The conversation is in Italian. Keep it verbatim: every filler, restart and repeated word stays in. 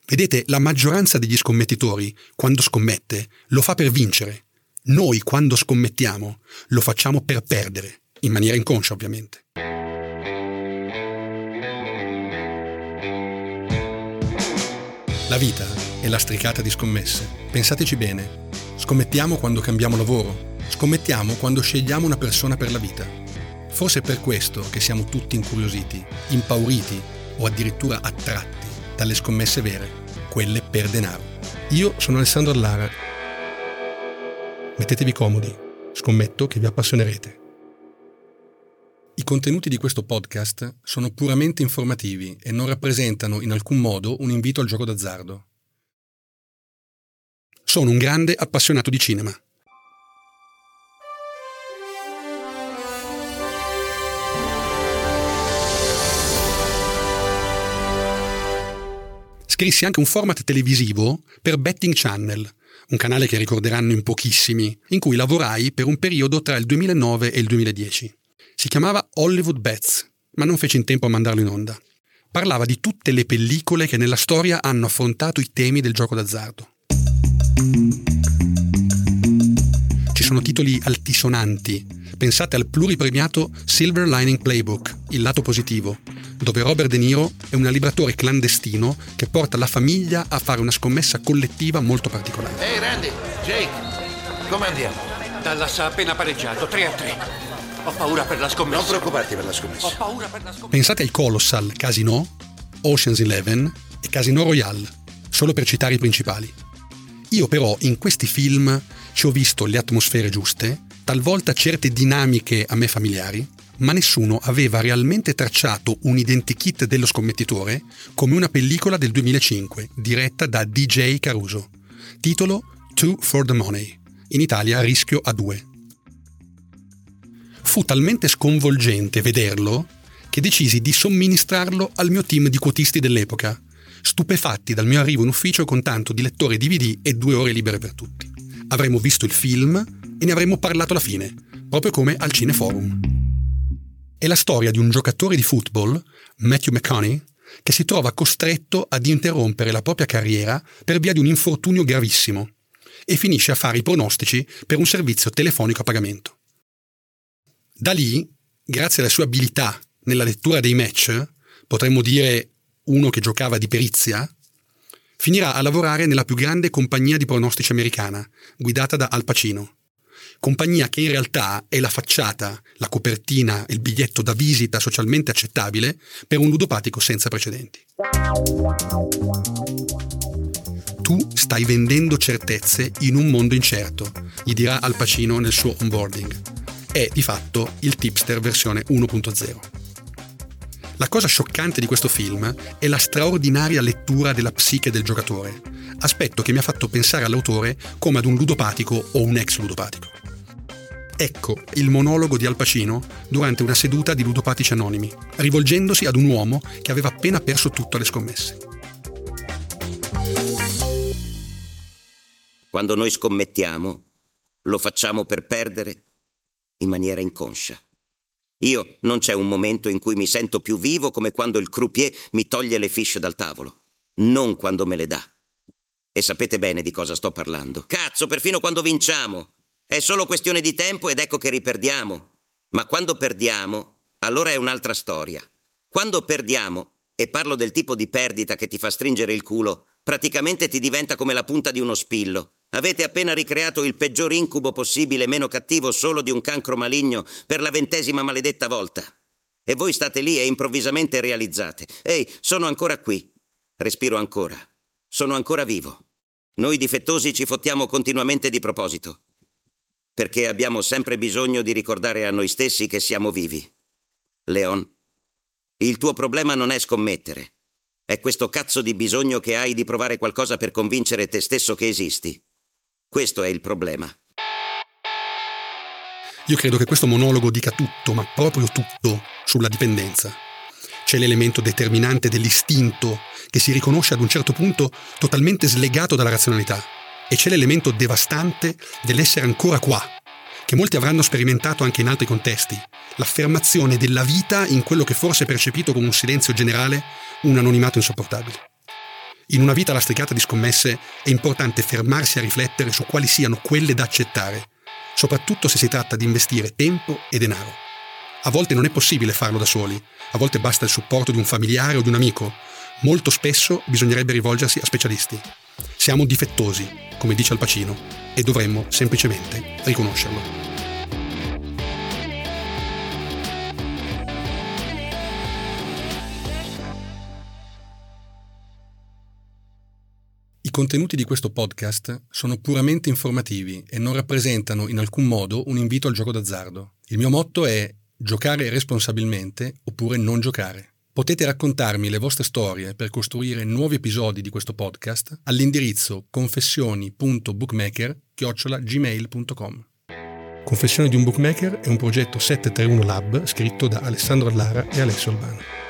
Vedete, la maggioranza degli scommettitori, quando scommette, lo fa per vincere. Noi, quando scommettiamo, lo facciamo per perdere, in maniera inconscia ovviamente. La vita è lastricata di scommesse. Pensateci bene. Scommettiamo quando cambiamo lavoro. Scommettiamo quando scegliamo una persona per la vita. Forse è per questo che siamo tutti incuriositi, impauriti o addirittura attratti dalle scommesse vere, quelle per denaro. Io sono Alessandro Allara. Mettetevi comodi, scommetto che vi appassionerete. I contenuti di questo podcast sono puramente informativi e non rappresentano in alcun modo un invito al gioco d'azzardo. Sono un grande appassionato di cinema. Scrissi anche un format televisivo per Betting Channel, un canale che ricorderanno in pochissimi, in cui lavorai per un periodo tra il duemilanove e il duemiladieci. Si chiamava Hollywood Bets, ma non feci in tempo a mandarlo in onda. Parlava di tutte le pellicole che nella storia hanno affrontato i temi del gioco d'azzardo. Ci sono titoli altisonanti. Pensate al pluripremiato Silver Lining Playbook, Il lato positivo, dove Robert De Niro è un libratore clandestino che porta la famiglia a fare una scommessa collettiva molto particolare. Ehi hey Randy, Jake, come andiamo? Dallas ha appena pareggiato, tre a tre. Ho paura per la scommessa. Non preoccuparti per la scommessa. Ho paura per la scommessa. Pensate ai Colossal, Casino, Ocean's Eleven e Casino Royale, solo per citare i principali. Io però in questi film ci ho visto le atmosfere giuste, talvolta certe dinamiche a me familiari, ma nessuno aveva realmente tracciato un identikit dello scommettitore come una pellicola del duemilacinque, diretta da D J Caruso. Titolo Two for the Money, in Italia Rischio a due. Fu talmente sconvolgente vederlo che decisi di somministrarlo al mio team di quotisti dell'epoca, stupefatti dal mio arrivo in ufficio con tanto di lettore D V D e due ore libere per tutti. Avremmo visto il film e ne avremmo parlato alla fine, proprio come al Cineforum. È la storia di un giocatore di football, Matthew McConaughey, che si trova costretto ad interrompere la propria carriera per via di un infortunio gravissimo e finisce a fare i pronostici per un servizio telefonico a pagamento. Da lì, grazie alle sue abilità nella lettura dei match, potremmo dire uno che giocava di perizia, finirà a lavorare nella più grande compagnia di pronostici americana, guidata da Al Pacino. Compagnia che in realtà è la facciata, la copertina, il biglietto da visita socialmente accettabile per un ludopatico senza precedenti. Tu stai vendendo certezze in un mondo incerto, gli dirà Al Pacino nel suo onboarding. È di fatto il tipster versione uno punto zero. La cosa scioccante di questo film è la straordinaria lettura della psiche del giocatore, aspetto che mi ha fatto pensare all'autore come ad un ludopatico o un ex ludopatico. Ecco il monologo di Al Pacino durante una seduta di ludopatici anonimi, rivolgendosi ad un uomo che aveva appena perso tutto alle scommesse. Quando noi scommettiamo, lo facciamo per perdere in maniera inconscia. Io non c'è un momento in cui mi sento più vivo come quando il croupier mi toglie le fiche dal tavolo, non quando me le dà. E sapete bene di cosa sto parlando. Cazzo, perfino quando vinciamo. È solo questione di tempo ed ecco che riperdiamo. Ma quando perdiamo, allora è un'altra storia. Quando perdiamo, e parlo del tipo di perdita che ti fa stringere il culo, praticamente ti diventa come la punta di uno spillo. Avete appena ricreato il peggior incubo possibile, meno cattivo solo di un cancro maligno, per la ventesima maledetta volta. E voi state lì e improvvisamente realizzate. Ehi, sono ancora qui. Respiro ancora. Sono ancora vivo. Noi difettosi ci fottiamo continuamente di proposito. Perché abbiamo sempre bisogno di ricordare a noi stessi che siamo vivi. Leon, il tuo problema non è scommettere. È questo cazzo di bisogno che hai di provare qualcosa per convincere te stesso che esisti. Questo è il problema. Io credo che questo monologo dica tutto, ma proprio tutto, sulla dipendenza. C'è l'elemento determinante dell'istinto che si riconosce ad un certo punto totalmente slegato dalla razionalità. E c'è l'elemento devastante dell'essere ancora qua, che molti avranno sperimentato anche in altri contesti, l'affermazione della vita in quello che forse è percepito come un silenzio generale, un anonimato insopportabile. In una vita lastricata di scommesse è importante fermarsi a riflettere su quali siano quelle da accettare, soprattutto se si tratta di investire tempo e denaro. A volte non è possibile farlo da soli, a volte basta il supporto di un familiare o di un amico. Molto spesso bisognerebbe rivolgersi a specialisti. Siamo difettosi, come dice Al Pacino, e dovremmo semplicemente riconoscerlo. I contenuti di questo podcast sono puramente informativi e non rappresentano in alcun modo un invito al gioco d'azzardo. Il mio motto è giocare responsabilmente oppure non giocare. Potete raccontarmi le vostre storie per costruire nuovi episodi di questo podcast all'indirizzo confessioni punto bookmaker chiocciola gmail punto com. Confessioni di un Bookmaker è un progetto sette tre uno Lab scritto da Alessandro Allara e Alessio Albano.